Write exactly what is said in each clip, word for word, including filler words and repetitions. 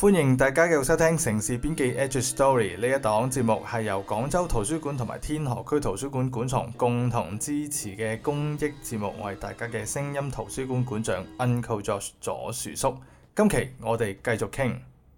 歡迎大家繼續收聽城事邊記 Edge Story 呢一檔節目，係由廣州圖書館同埋天河區圖書館館藏共同支持嘅公益節目。我係大家嘅聲音圖書館館長 Uncle Josh 左樹叔。今期我哋繼續傾。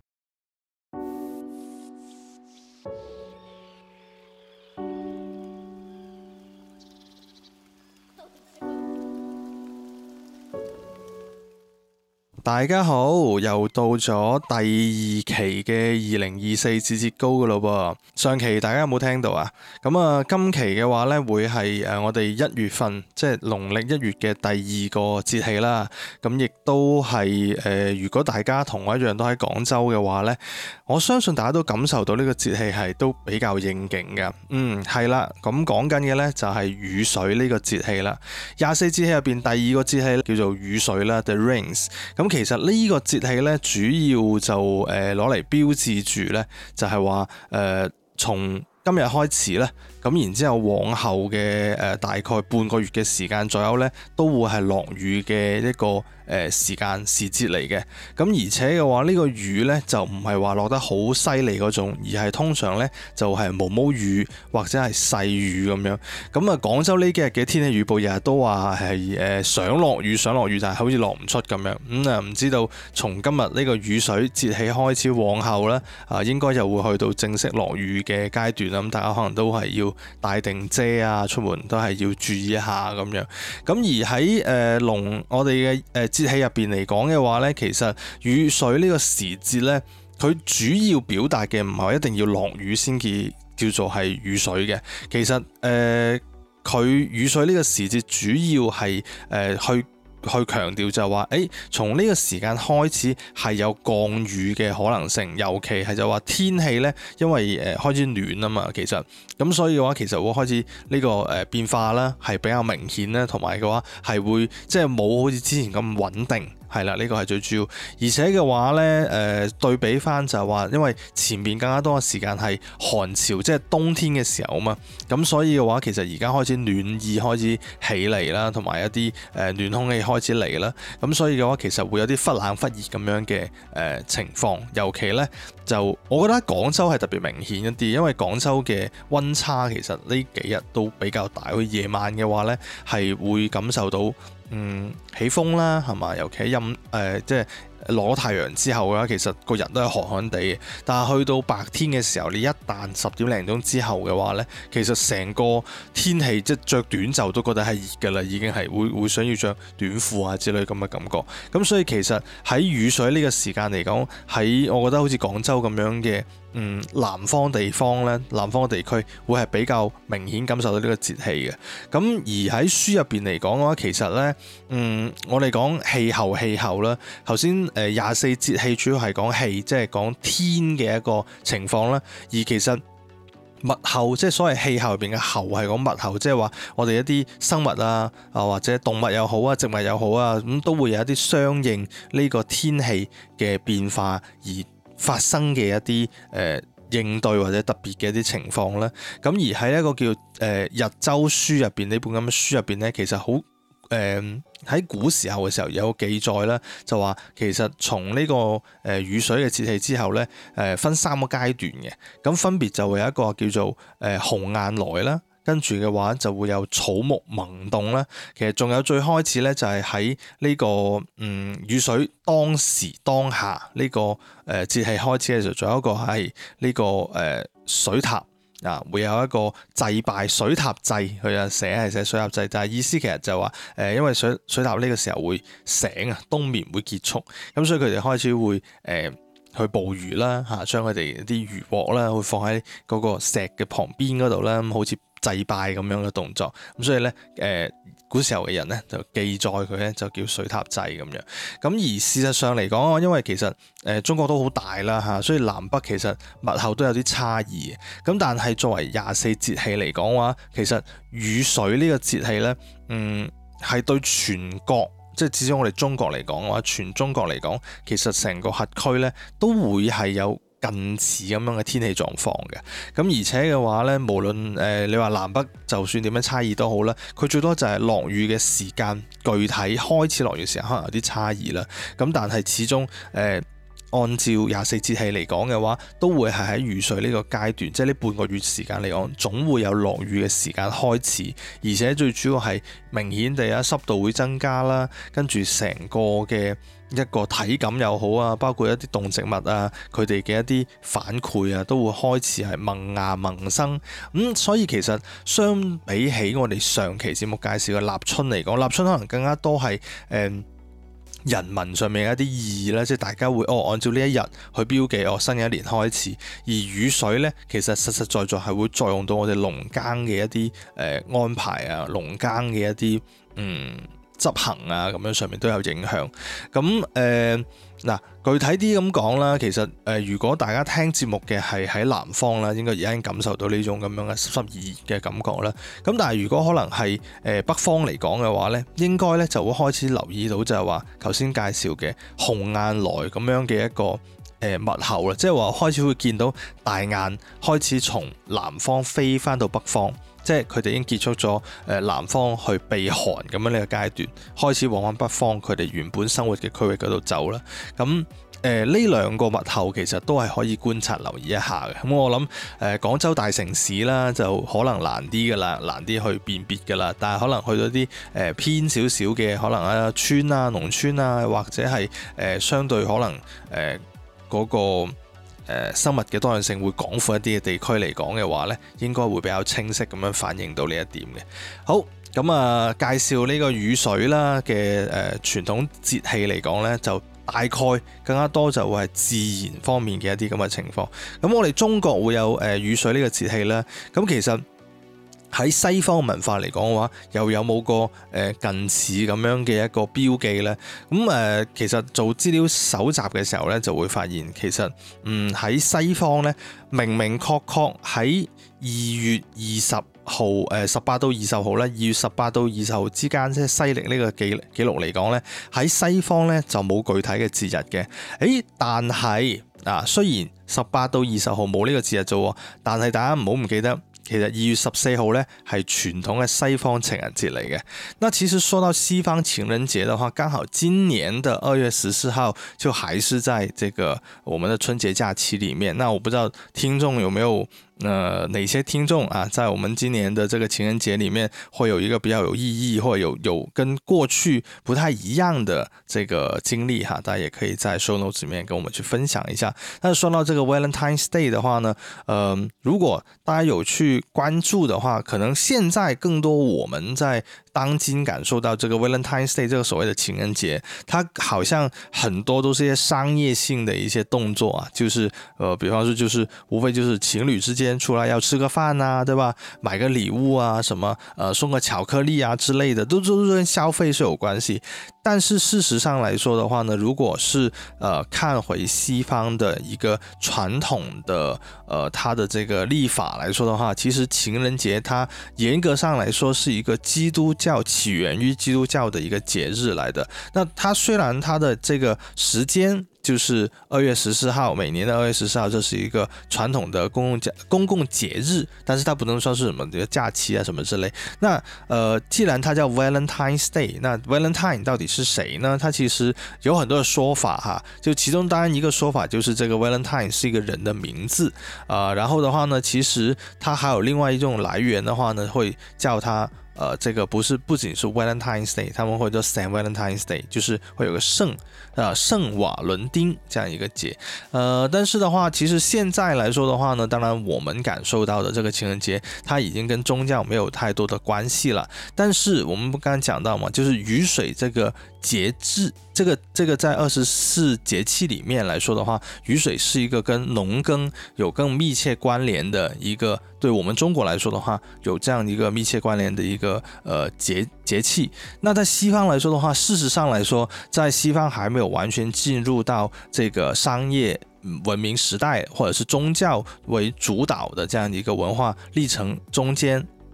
大家好，又到咗第二期嘅二零二四節節高噶咯噃。上期大家有冇聽到啊？咁啊，今期嘅話呢，會係誒我哋一月份，即係農曆一月嘅第二個節氣啦。咁亦都係誒、呃，如果大家同我一樣都喺廣州嘅話呢，我相信大家都感受到呢個節氣係都比較應景嘅。嗯，係啦。咁講緊嘅呢，就係雨水呢個節氣啦。廿四節氣入邊第二個節氣叫做雨水啦 ，The Rains。咁其實呢個節氣咧，主要就誒攞嚟標誌住咧，就係話誒從今日開始咧，咁然之後往後嘅誒、呃、大概半個月嘅時間左右咧，都會係落雨嘅一個誒、呃、時間時節嚟嘅。咁而且嘅話，呢、呢個雨咧就唔係話落得好犀利嗰種，而係通常咧就係毛毛雨或者係細雨咁樣。咁啊，廣州呢幾日嘅天氣預報日日都話係誒想落雨想落雨，但係好似落唔出咁樣。咁啊，唔知道從今日呢個雨水節氣開始往後咧，啊應該又會去到正式落雨嘅階段啦。咁大家可能都係要帶定遮啊，出門都係要注意一下咁樣。咁而喺誒龍我哋嘅誒節氣入邊嚟講嘅話咧，其實雨水呢個時節咧，佢主要表達嘅唔係一定要落雨先至叫做係雨水嘅。其實誒佢、呃、雨水呢個時節主要係誒、呃、去。去強調就係話，誒從呢個時間開始係有降雨嘅可能性，尤其係就話天氣呢，因為誒、呃、開始暖啊嘛，其實咁所以嘅話，其實會開始呢、這個誒、呃、變化啦，係比較明顯啦，同埋嘅話係會即係冇好似之前咁穩定。係啦，呢、這個係最主要，而且嘅話呢，誒、呃、對比翻就係話，因為前面更加多嘅時間係寒潮，即係冬天嘅時候啊嘛，咁所以嘅話，其實而家開始暖意開始起嚟啦，同埋一啲誒、呃、暖空氣開始嚟啦，咁所以嘅話，其實會有啲忽冷忽熱咁樣嘅誒、呃、情況，尤其呢，就我覺得廣州係特別明顯一啲，因為廣州嘅溫差其實呢幾日都比較大，佢夜晚嘅話呢，係會感受到。嗯，起風啦，係嘛？尤其喺陰誒，即係攞太陽之後嘅話，其實個人都係寒寒地嘅。但係去到白天嘅時候，你一旦十點零鐘之後嘅話呢，其實成個天氣即係著短袖都覺得係熱㗎啦，已經係會會想要着短褲啊之類咁嘅感覺。咁所以其實喺雨水呢個時間嚟講，喺我覺得好似廣州咁樣嘅。嗯，南方地方咧，南方地區會係比較明顯感受到呢個節氣嘅。咁而喺書入邊嚟講嘅話，其實咧，嗯，我哋講氣候氣候啦。頭先誒廿四節氣主要係講氣，即係講天嘅一個情況啦。而其實物候，即係所謂氣候入邊嘅候係講物候，即係話我哋一啲生物啊，啊或者動物又好啊，植物又好啊，咁都會有一啲相應呢個天氣嘅變化而發生嘅一啲誒、呃、應對或者特別嘅一啲情況啦，咁而喺一個叫誒、呃、日周書入邊呢本咁嘅書入邊咧，其實好誒喺古時候嘅時候有個記載啦，就話其實從呢個誒雨水嘅節氣之後咧，誒、呃、分三個階段嘅，咁分別就會有一個叫做誒、呃、鴻雁來啦。跟住嘅話就會有草木萌動啦，其實仲有最開始咧就係喺呢個嗯雨水當時當下呢、這個誒、呃、節氣開始嘅時候，仲有一個係呢、這個誒、呃、水塔啊，會有一個祭拜水塔祭，佢啊寫係寫水塔祭，但係意思其實就話誒、呃，因為水水塔呢個時候會醒啊，冬眠會結束，咁所以佢哋開始會誒。呃去捕魚啦嚇，將佢哋啲魚獲啦，會放喺嗰個石嘅旁邊嗰度啦，好似祭拜咁樣嘅動作。咁所以咧，誒、呃、古時候嘅人咧就記載佢咧就叫水塔祭咁樣。咁而事實上嚟講，因為其實誒、呃、中國都好大啦嚇，所以南北其實物候都有啲差異。咁但係作為廿四節氣嚟講嘅話，其實雨水呢個節氣咧，嗯係對全國。即係至少我哋中國嚟講嘅話，全中國嚟講，其實成個轄區咧都會係有近似咁樣嘅天氣狀況嘅。咁而且嘅話咧，無論誒、呃、你話南北就算點樣差異都好啦，佢最多就係落雨嘅時間，具體開始落雨嘅時候可能有啲差異啦。咁但係始終誒。呃按照廿四節氣嚟講嘅話，都會係喺雨水呢個階段，即係呢半個月時間嚟講，總會有落雨嘅時間開始，而且最主要係明顯地啊濕度會增加啦，跟住成個嘅一個體感又好啊，包括一啲動植物啊，佢哋嘅一啲反饋啊，都會開始係萌芽萌生。咁、嗯、所以其實相比起我哋上期節目介紹嘅立春嚟講，立春可能更加多係誒、嗯、人文上面嘅一啲意義啦，即係大家會哦按照呢一日去標記哦新嘅一年開始。而雨水呢，其實實實在在係會作用到我哋農耕嘅一啲誒、呃、安排啊，農耕嘅一啲嗯。執行啊，咁樣上面都有影響。咁誒嗱，具體啲咁講啦，其實誒、呃，如果大家聽節目嘅係喺南方啦，應該而家已經感受到呢種咁樣嘅濕濕熱熱嘅感覺啦。咁但係如果可能係誒、呃、北方嚟講嘅話咧，應該咧就會開始留意到就係話頭先介紹嘅紅雁來咁樣嘅一個誒、呃、物候啦，即係話開始會見到大雁開始從南方飛翻到北方。即係佢哋已經結束咗誒南方去避寒咁樣呢個階段，開始往返北方佢哋原本生活嘅區域嗰度走啦。咁誒呢兩個物候其實都係可以觀察留意一下嘅。咁我諗誒、呃、廣州大城市啦就可能難啲㗎啦，難啲去辨別㗎啦。但係可能去到啲誒、呃、偏少少嘅可能啊村啊農村啊，或者係誒、呃、相對可能誒嗰、呃那個。誒生物嘅多樣性會廣闊一啲嘅地區嚟講嘅話呢，應該會比較清晰咁樣反映到呢一點嘅。好，咁啊介紹呢個雨水啦嘅誒傳統節氣嚟講呢，就大概更加多就會係自然方面嘅一啲咁嘅情況。咁我哋中國會有誒雨水呢個節氣啦。咁其實喺西方文化嚟講嘅話，又有冇個誒近似咁樣嘅一個標記呢？咁誒、呃，其實做資料搜集嘅時候咧，就會發現其實嗯喺西方咧，明明確確喺二月二十號誒十八到二十號咧，二月十八到二十號之間，即係西歷呢個記記錄嚟講咧，喺西方咧就冇具體嘅節日嘅。誒，但係啊，雖然十八到二十號冇呢個節日啫，但係大家唔好唔記得。其實二月十四號咧係傳統嘅西方情人節嚟嘅。那其實說到西方情人節的話，剛好今年的二月十四號就還是在這個我們的春節假期裡面。那我不知道聽眾有沒有呃哪些聽眾啊，在我們今年的這個情人節裡面會有一個比較有意義，或者有有跟過去不太一樣的這個經歷哈，大家也可以在 show notes 裡面跟我們去分享一下。但是說到這個 Valentine's Day 的話呢，呃，如果大家有去關注的話，可能現在更多我們在當今感受到這個 Valentine's Day 這個所謂的情人節，它好像很多都是一些商業性的一些動作啊，就是呃，比方說就是無非就是情侶之間出來要吃個飯啊，對吧？買個禮物啊，什麼呃送個巧克力啊之類的，都都跟消費是有關係。但是事實上來說的話呢，如果是呃看回西方的一個傳統的呃它的這個曆法來說的話，其實情人節它嚴格上來說是一個基督教起源於基督教的一個節日來的。那它雖然它的這個時間就是二月十四號，每年的二月十四號，這是一個傳統的公共節公共節日，但是它不能說是什麼的假期啊什麼之類。那呃，既然它叫 Valentine's Day， 那 Valentine 到底是誰呢？它其實有很多的說法哈，就其中當然一個說法就是這個 Valentine 是一個人的名字啊、呃，然後的話呢，其實它還有另外一種來源的話呢，會叫它。呃，這個不是不僅是 Valentine's Day， 他們會叫 Saint Valentine's Day， 就是會有個聖啊聖瓦倫丁這樣一個節。呃，但是的話，其實現在來說的話呢，當然我們感受到的這個情人節，它已經跟宗教沒有太多的關係了。但是我們不剛才講到嘛，就是雨水這個節制，這個這個在二十四節氣裡面來說的話，雨水是一個跟農耕有更密切關聯的一個，對我們中國來說的話，有這樣一個密切關聯的一個呃節節氣。那在西方來說的話，事實上來說，在西方還沒有完全進入到這個商業文明時代，或者是宗教為主導的這樣一個文化歷程中間。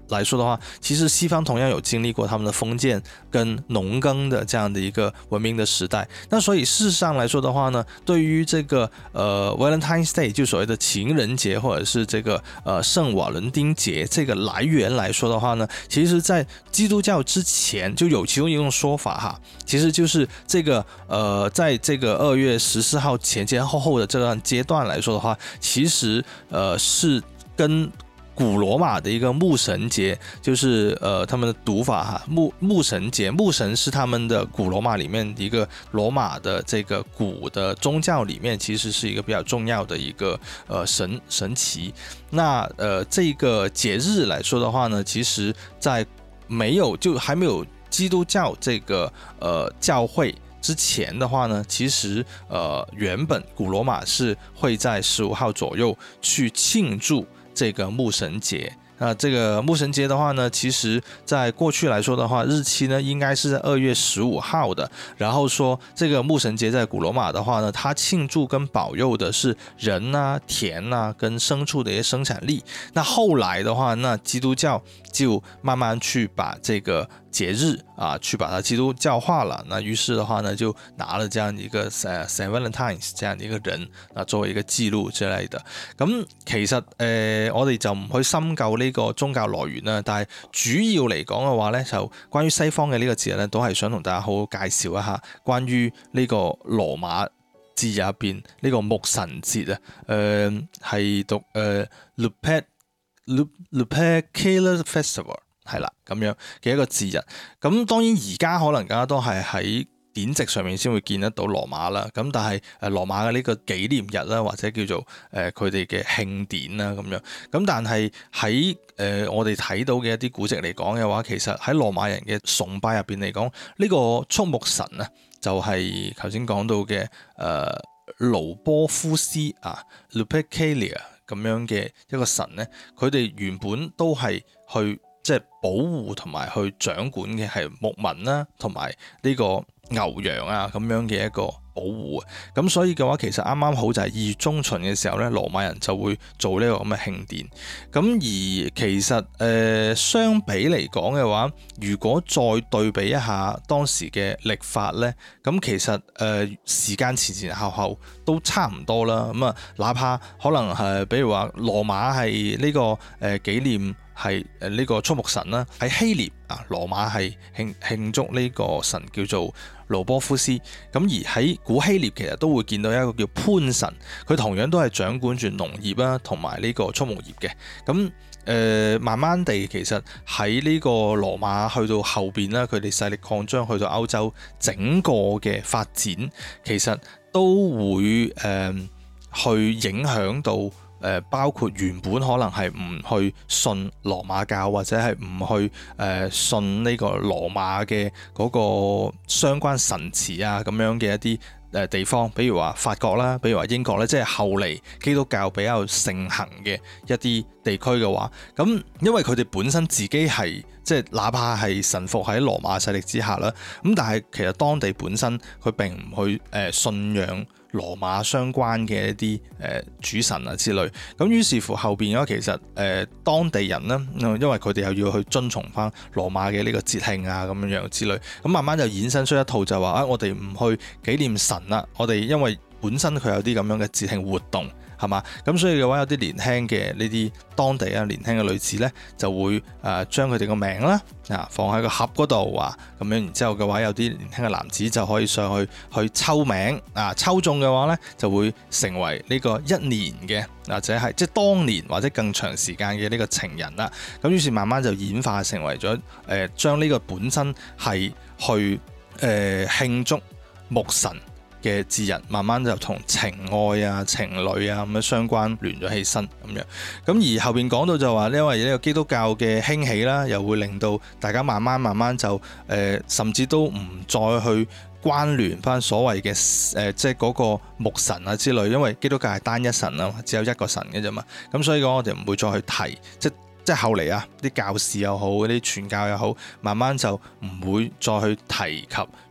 來說的話，其實西方同樣有經歷過他們的封建跟農耕的這樣的一個文明的時代。那所以事實上來說的話呢，對於這個呃 Valentine's Day 就所謂的情人節，或者是這個呃聖瓦倫丁節這個來源來說的話呢，其實在基督教之前就有其中一種說法哈，其實就是這個呃在這個二月十四號前前後後的這段階段來說的話，其實呃是跟古羅馬的一個牧神節，就是呃他們的讀法哈，牧牧神節，牧神是他們的古羅馬裡面一個羅馬的這個古的宗教裡面，其實是一個比較重要的一個呃神神祇。那呃這個節日來說的話呢，其實在沒有就還沒有基督教這個呃教會之前的話呢，其實呃原本古羅馬是會在十五號左右去慶祝這個牧神節。那這個牧神節的話呢，其實在過去來說的話，日期呢應該是在二月十五號的。然後說這個牧神節在古羅馬的話呢，它慶祝跟保佑的是人啊、田啊跟牲畜的一些生產力。那後來的話，那基督教就慢慢去把這個節日啊，去把它基督教化了。那於是的話呢，就拿了這樣一個 Saint Valentine 這樣的一個人啊，作為一個記錄之類的。咁其實誒、呃，我哋就唔去深究呢個宗教來源啦。但係主要嚟講嘅話呢，就關於西方嘅呢個節日呢，都係想同大家好好介紹一下關於呢個羅馬節入邊呢個牧神節啊。誒、呃、係讀誒 Luperc Lupercalia Festival。係啦，咁樣嘅一個節日。咁當然而家可能更加多係喺典籍上面先會見得到羅馬啦。咁但係誒羅馬嘅呢個紀念日啦，或者叫做誒佢哋嘅慶典啦咁樣。咁但係喺誒我哋睇到嘅一啲古籍嚟講嘅話，其實喺羅馬人嘅崇拜入邊嚟講，呢、這個畜牧神啊，就係頭先講到嘅誒盧波夫斯啊 Lupercalia 咁樣嘅一個神咧，佢哋原本都係去即係保護同埋去掌管嘅係牧民啦，同埋呢個牛羊啊咁樣嘅一個保護。咁所以嘅話，其實啱啱好就係二月中旬嘅時候咧，羅馬人就會做呢個咁嘅慶典。咁而其實誒、呃、相比嚟講嘅話，如果再對比一下當時嘅曆法咧，咁其實誒、呃、時間前前後後都差唔多啦。咁啊，哪怕可能係比如話羅馬係呢、這個誒、呃、紀念。係誒呢個畜牧神啦，喺希臘啊，羅馬係慶慶祝呢個神叫做盧波夫斯。咁而喺古希臘其實都會見到一個叫潘神，佢同樣都係掌管住農業啦，同埋呢個畜牧業嘅。咁誒、呃、慢慢地其實喺呢個羅馬去到後邊啦，佢哋勢力擴張去到歐洲，整個嘅發展其實都會誒、呃、去影響到。誒包括原本可能係唔去信羅馬教，或者係唔去誒、呃、信呢個羅馬嘅嗰個相關神祇啊咁樣嘅一啲誒地方，比如話法國啦，比如話英國咧，即係後嚟基督教比較盛行嘅一啲地區嘅話，咁因為佢哋本身自己係即係哪怕係臣服喺羅馬勢力之下啦，咁但係其實當地本身佢並唔去誒、呃、信仰羅馬相關嘅一啲誒、呃、主神啊之類，咁於是乎後邊嘅話其實誒、呃、當地人呢，因為佢哋又要去遵從翻羅馬嘅呢個節慶啊咁樣樣之類，咁慢慢就衍生出一套就話啊，我哋唔去紀念神啦，我哋因為本身佢有啲咁樣嘅節慶活動。係嘛？咁所以嘅話，有啲年輕嘅呢啲當地啊年輕嘅女子呢，就會誒、呃、將佢哋個名啦啊放喺個盒嗰度啊，咁樣然之後嘅話，有啲年輕嘅男子就可以上去去抽名啊，抽中嘅話呢，就會成為呢個一年嘅或者係即係當年或者更長時間嘅呢個情人啦。咁於是慢慢就演化成為咗誒、呃、將呢個本身係去誒慶祝牧神嘅節日，慢慢就同情愛啊、情侶啊咁樣相關聯咗起身咁樣。咁而後邊講到就話，因為呢個基督教嘅興起啦，又會令到大家慢慢慢慢就誒、呃，甚至都唔再去關聯翻所謂嘅誒，即係嗰個牧神啊之類，因為基督教係單一神啊，只有一個神嘅啫嘛。咁所以講，我哋唔會再去提，即即係後嚟啊，啲教士又好，嗰啲傳教又好，慢慢就唔會再去提及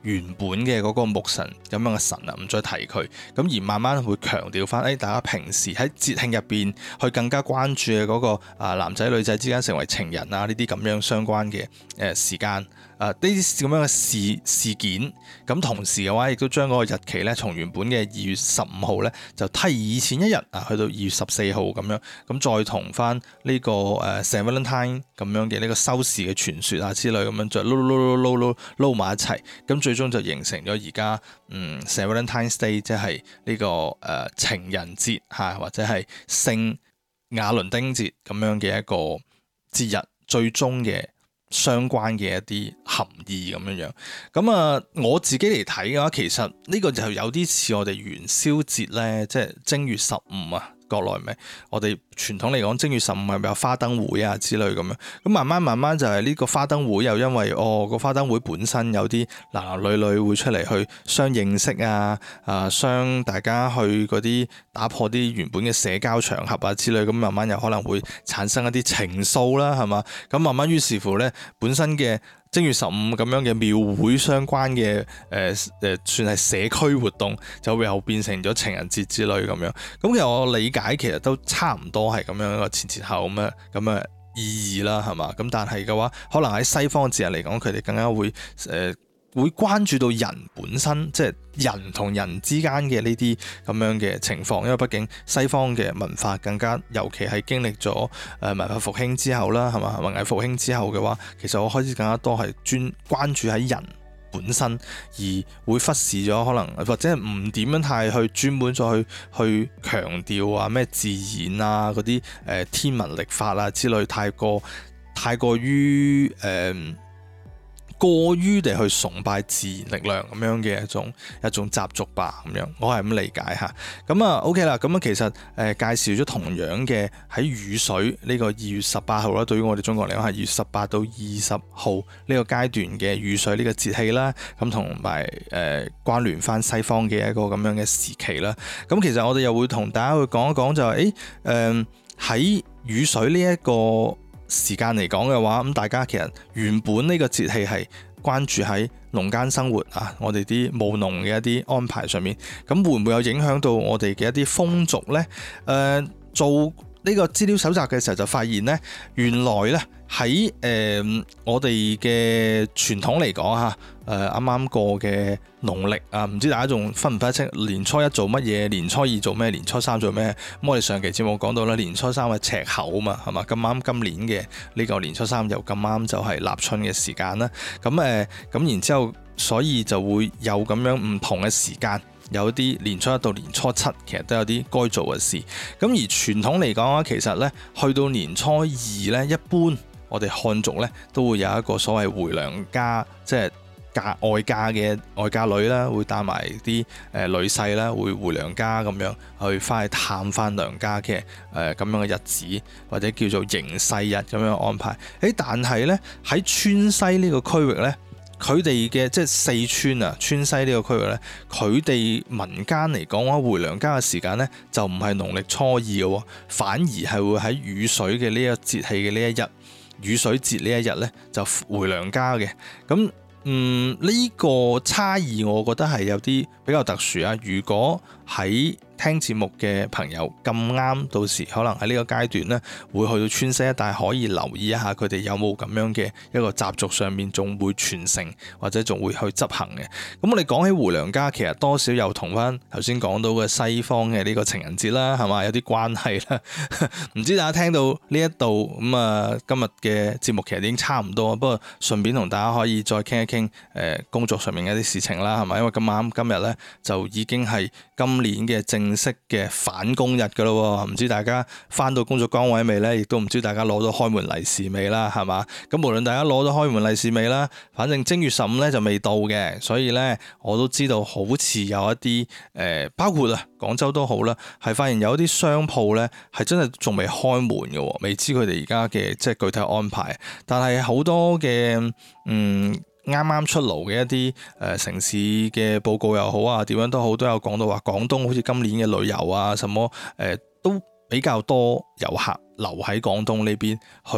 原本嘅嗰個牧神咁樣嘅神啊，唔再提佢，咁而慢慢會強調翻，誒大家平時喺節慶入邊去更加關注嘅嗰個啊男仔女仔之間成為情人啊呢啲咁樣相關嘅誒時間。誒呢啲咁樣嘅事事件，咁同時嘅話，亦都將嗰個日期咧，從原本嘅二月十五號咧，就提以前一日啊，去到二月十四號咁樣，咁再同翻呢個誒 Saint Valentine 咁樣嘅呢個收視嘅傳說啊之類咁樣，再撈撈撈撈撈撈埋一齊，咁最終就形成咗而家嗯 Saint Valentine's Day， 即係呢個誒、呃、情人節嚇，或者係聖亞倫丁節咁樣嘅一個節日，最終嘅相關嘅一啲含義咁樣樣，咁啊我自己嚟睇嘅話，其實呢個就有啲似我哋元宵節咧，即係正月十五啊，國內咪我哋傳統嚟講正月十五係咪有花燈會啊之類咁樣，咁慢慢慢慢就係呢個花燈會又因為哦個花燈會本身有啲男男女女會出嚟去相認識啊，啊相大家去嗰啲打破啲原本嘅社交場合啊之類，咁慢慢又可能會產生一啲情愫啦，係嘛？咁慢慢於是乎咧，本身嘅正月十五咁樣嘅廟會相關嘅誒誒，算係社區活動，就又變成咗情人節之類咁樣。咁其實我理解其實都差唔多係咁樣一個前前後咁嘅咁嘅意義啦，係嘛？咁但係嘅話，可能喺西方嘅節日嚟講，佢哋更加會誒。呃會關注到人本身，即係人同人之間嘅呢啲咁樣嘅情況，因為畢竟西方嘅文化更加，尤其係經歷咗誒文化復興之後啦，係嘛？文藝復興之後嘅話，其實我開始更加多係專關注喺人本身，而會忽視咗可能或者唔點樣太去專門再去去強調啊咩自然啊嗰啲誒天文曆法啊之類，太過太過於誒。呃過於地去崇拜自然力量咁樣嘅一種一種習俗吧，咁樣我係咁理解嚇。咁啊 OK 啦，咁啊其實誒、呃、介紹咗同樣嘅喺雨水呢個二月十八號啦，對於我哋中國嚟講係二月十八到二十號呢個階段嘅雨水呢個節氣啦，咁同埋誒關聯翻西方嘅一個咁樣嘅時期啦。咁其實我哋又會同大家去講一講就係誒誒喺雨水呢一個時間嚟講嘅話，咁大家其實原本呢個節氣係關注喺農間生活啊，我哋啲務農嘅一啲安排上面，咁會唔會有影響到我哋嘅一啲風俗呢？誒、呃，做呢個資料搜集嘅時候就發現呢，原來呢喺誒、呃、我哋嘅傳統嚟講嚇，誒啱啱過嘅農曆啊，唔知大家仲分唔分得清年初一做乜嘢，年初二做咩，年初三做咩？咁我哋上期節目講到啦，年初三係赤口啊嘛，係嘛？咁啱今年嘅呢個年初三又咁啱就係立春嘅時間啦。咁誒咁然之後，所以就會有咁樣唔同嘅時間。有啲年初一到年初七，其實都有啲該做嘅事。咁而傳統嚟講啊，其實咧去到年初二咧，一般我哋漢族咧都會有一個所謂回娘家，即係嫁外嫁嘅外嫁女啦，會帶埋啲誒女婿啦，會回娘家咁樣去翻去探翻娘家嘅誒咁樣嘅日子，或者叫做迎婿日咁樣安排。誒，但係咧喺川西呢個區域咧。佢哋嘅即係四川啊，川西呢個區域咧，佢哋民間嚟講話回娘家嘅時間咧，就唔係農曆初二嘅，反而係會喺雨水嘅呢一個節氣嘅呢一日，雨水節呢一日咧就回娘家嘅。咁嗯呢、呢個差異，我覺得係有啲比較特殊啊。如果喺聽節目嘅朋友咁啱，到時可能喺呢個階段呢，會去到川西一帶，可以留意一下佢哋有冇咁樣嘅一個習俗上面仲會傳承，或者仲會去執行嘅。咁我哋講起回娘家，其實多少又同翻頭先講到嘅西方嘅呢個情人節啦，係嘛，有啲關係啦。唔知大家聽到呢一度咁啊，今日嘅節目其實已經差唔多，不過順便同大家可以再傾一傾誒工作上面嘅一啲事情啦，係咪？因為咁啱今日呢，就已經係今年嘅正式嘅返工日㗎咯，唔知大家返到工作崗位未呢？亦都唔知大家攞到開門利是未啦，係嘛？咁無論大家攞到開門利是未啦，反正正月十五呢就未到嘅，所以呢，我都知道好似有一啲誒、呃，包括啊廣州都好啦，係發現有一啲商鋪呢係真係仲未開門嘅，未知佢哋而家嘅即係具體安排，但係好多嘅嗯。啱啱出爐嘅一啲誒、呃、城市嘅報告又好啊，點樣都好，都有講到話廣東好似今年嘅旅遊啊，什麼誒、呃、都比較多遊客留喺廣東呢邊去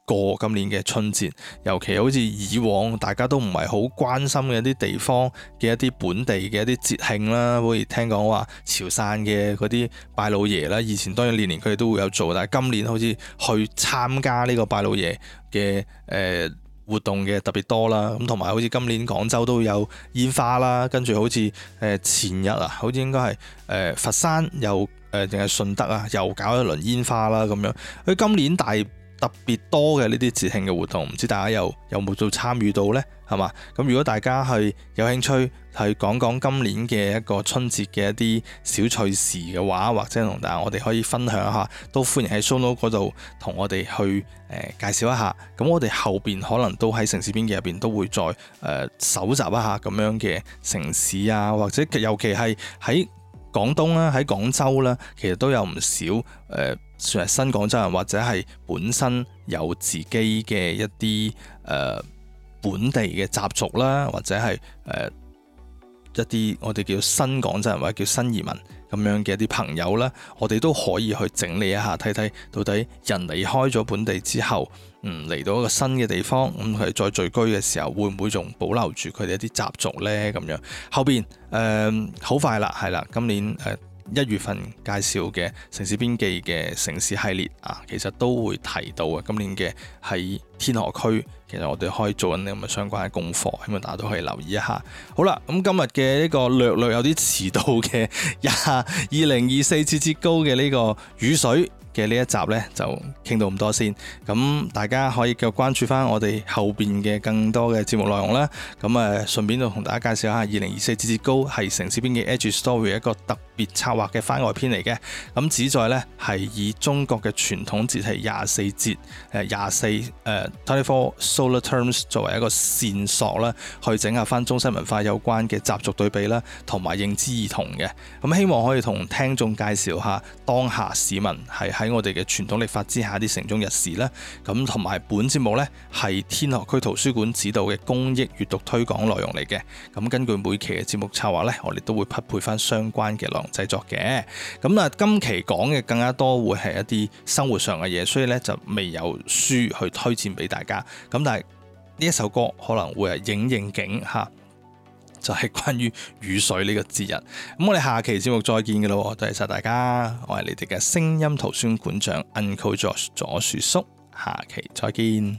過今年嘅春節，尤其好似以往大家都唔係好關心嘅一啲地方嘅一啲本地嘅一啲節慶啦，好似聽講話潮汕嘅嗰啲拜老爺啦，以前當然年年佢哋都會有做，但係今年好似去參加呢個拜老爺嘅誒、呃活動嘅特別多啦，咁同埋好似今年廣州都有煙花啦，跟住好似誒前日啊，好似應該係誒佛山又誒定係順德啊，又搞一輪煙花啦咁樣。佢今年大特別多嘅呢啲節慶嘅活動，唔知大家有有冇做參與到呢？係嘛？咁如果大家係有興趣係講講今年嘅一個春節嘅一啲小趣事嘅話，或者同大家我哋可以分享一下，都歡迎喺 show note 嗰度同我哋去誒、呃、介紹一下。咁我哋後邊可能都喺城事邊記入邊都會再誒搜、呃、集一下咁樣嘅城市啊，或者尤其係喺廣東啦，喺廣州啦，其實都有唔少誒、呃、算係新廣州人，或者係本身有自己嘅一啲誒、呃、本地嘅習俗啦，或者係誒、呃、一啲我哋叫新廣州人或者叫新移民咁樣嘅一啲朋友啦，我哋都可以去整理一下，睇睇到底人離開咗本地之後，嗯嚟到一個新嘅地方，咁佢哋再聚居嘅時候，會唔會仲保留住佢哋一啲習俗呢？咁樣後邊誒好快啦，係啦，今年誒。呃一月份介紹嘅城事邊記嘅城市系列啊，其實都會提到啊。今年嘅喺天河區，其實我哋可以做緊啲咁嘅相關嘅功課，希望大家都可以留意一下。好啦，咁今日嘅呢個略略有啲遲到嘅廿二零二四節節高嘅呢個雨水嘅呢一集呢，就傾到咁多先。咁大家可以繼續關注翻我哋後邊嘅更多嘅節目內容啦。咁誒，順便就同大家介紹下二零二四節節高係城事邊記 Edge Story 一個特別策劃嘅番外篇嚟嘅。咁旨在呢係以中國嘅傳統節氣廿四節誒廿四誒 twenty four solar terms 作為一個線索啦，去整合翻中西文化有關嘅習俗對比啦，同埋認知異同嘅。咁希望可以同聽眾介紹下當下市民係喺我哋嘅傳統曆法之下啲城中日事啦。咁同埋本節目呢係天河區圖書館指導嘅公益閱讀推廣內容嚟嘅。咁根據每期嘅節目策劃呢，我哋都會匹配翻相關嘅內容製作嘅。咁啊，今期講嘅更加多會係一啲生活上嘅嘢，所以咧就未有書去推薦俾大家。咁但係呢一首歌可能會係應應景吓，就係、是、關於雨水呢個節日。咁我哋下期節目再見嘅咯，多謝晒大家，我係你哋嘅聲音圖書館長 Uncle Josh 左樹叔，下期再見。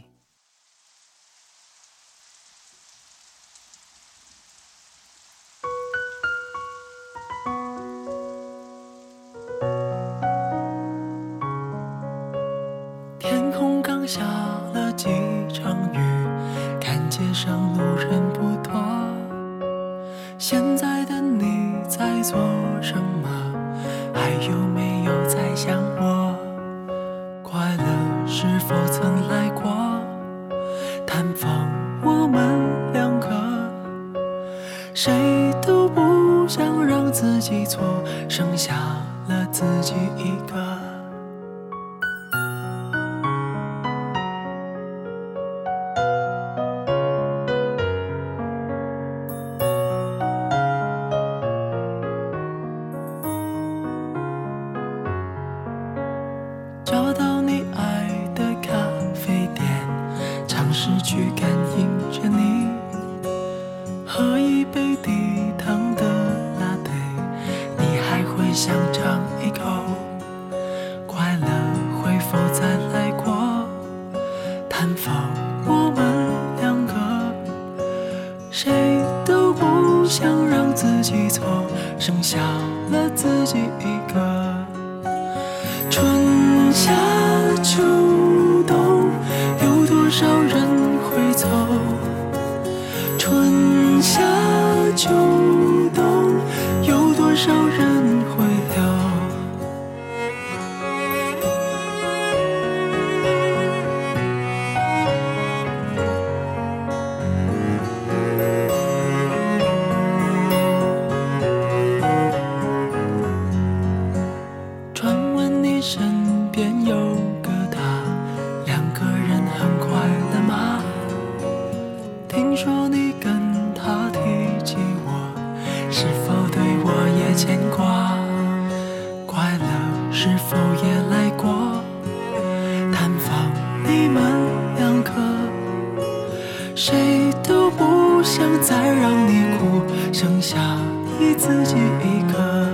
下了幾場雨，看街上路人不多。現在的你在做什麼？還有沒有在想我？快樂是否曾來過？探訪我們兩個，誰都不想讓自己錯，剩下了自己一個。找到你愛的咖啡店，嘗試去感應着你，喝一杯低糖的拿鐵，你還會想嘗一口？快樂會否再來過？探訪我們兩個，誰都不想讓自己錯，剩下了自己一個。春夏秋冬，有多少人會走？春夏秋冬，有多少人會留？傳聞你身邊有個他，兩個人很快樂嗎？聽說你跟他提起我，是否對我也牽掛？快樂是否也來過？探訪你們谁都不想再让你哭，剩下你自己一个。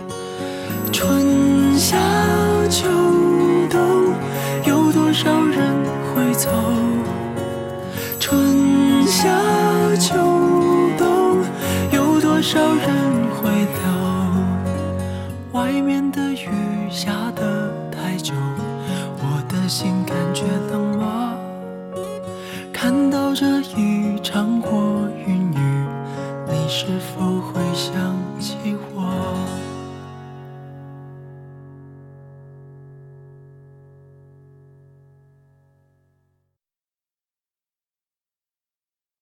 春夏秋冬，有多少人会走？春夏秋冬，有多少人会留？外面的雨下得太久，我的心感觉冷漠。看到这一场过云雨，你是否会想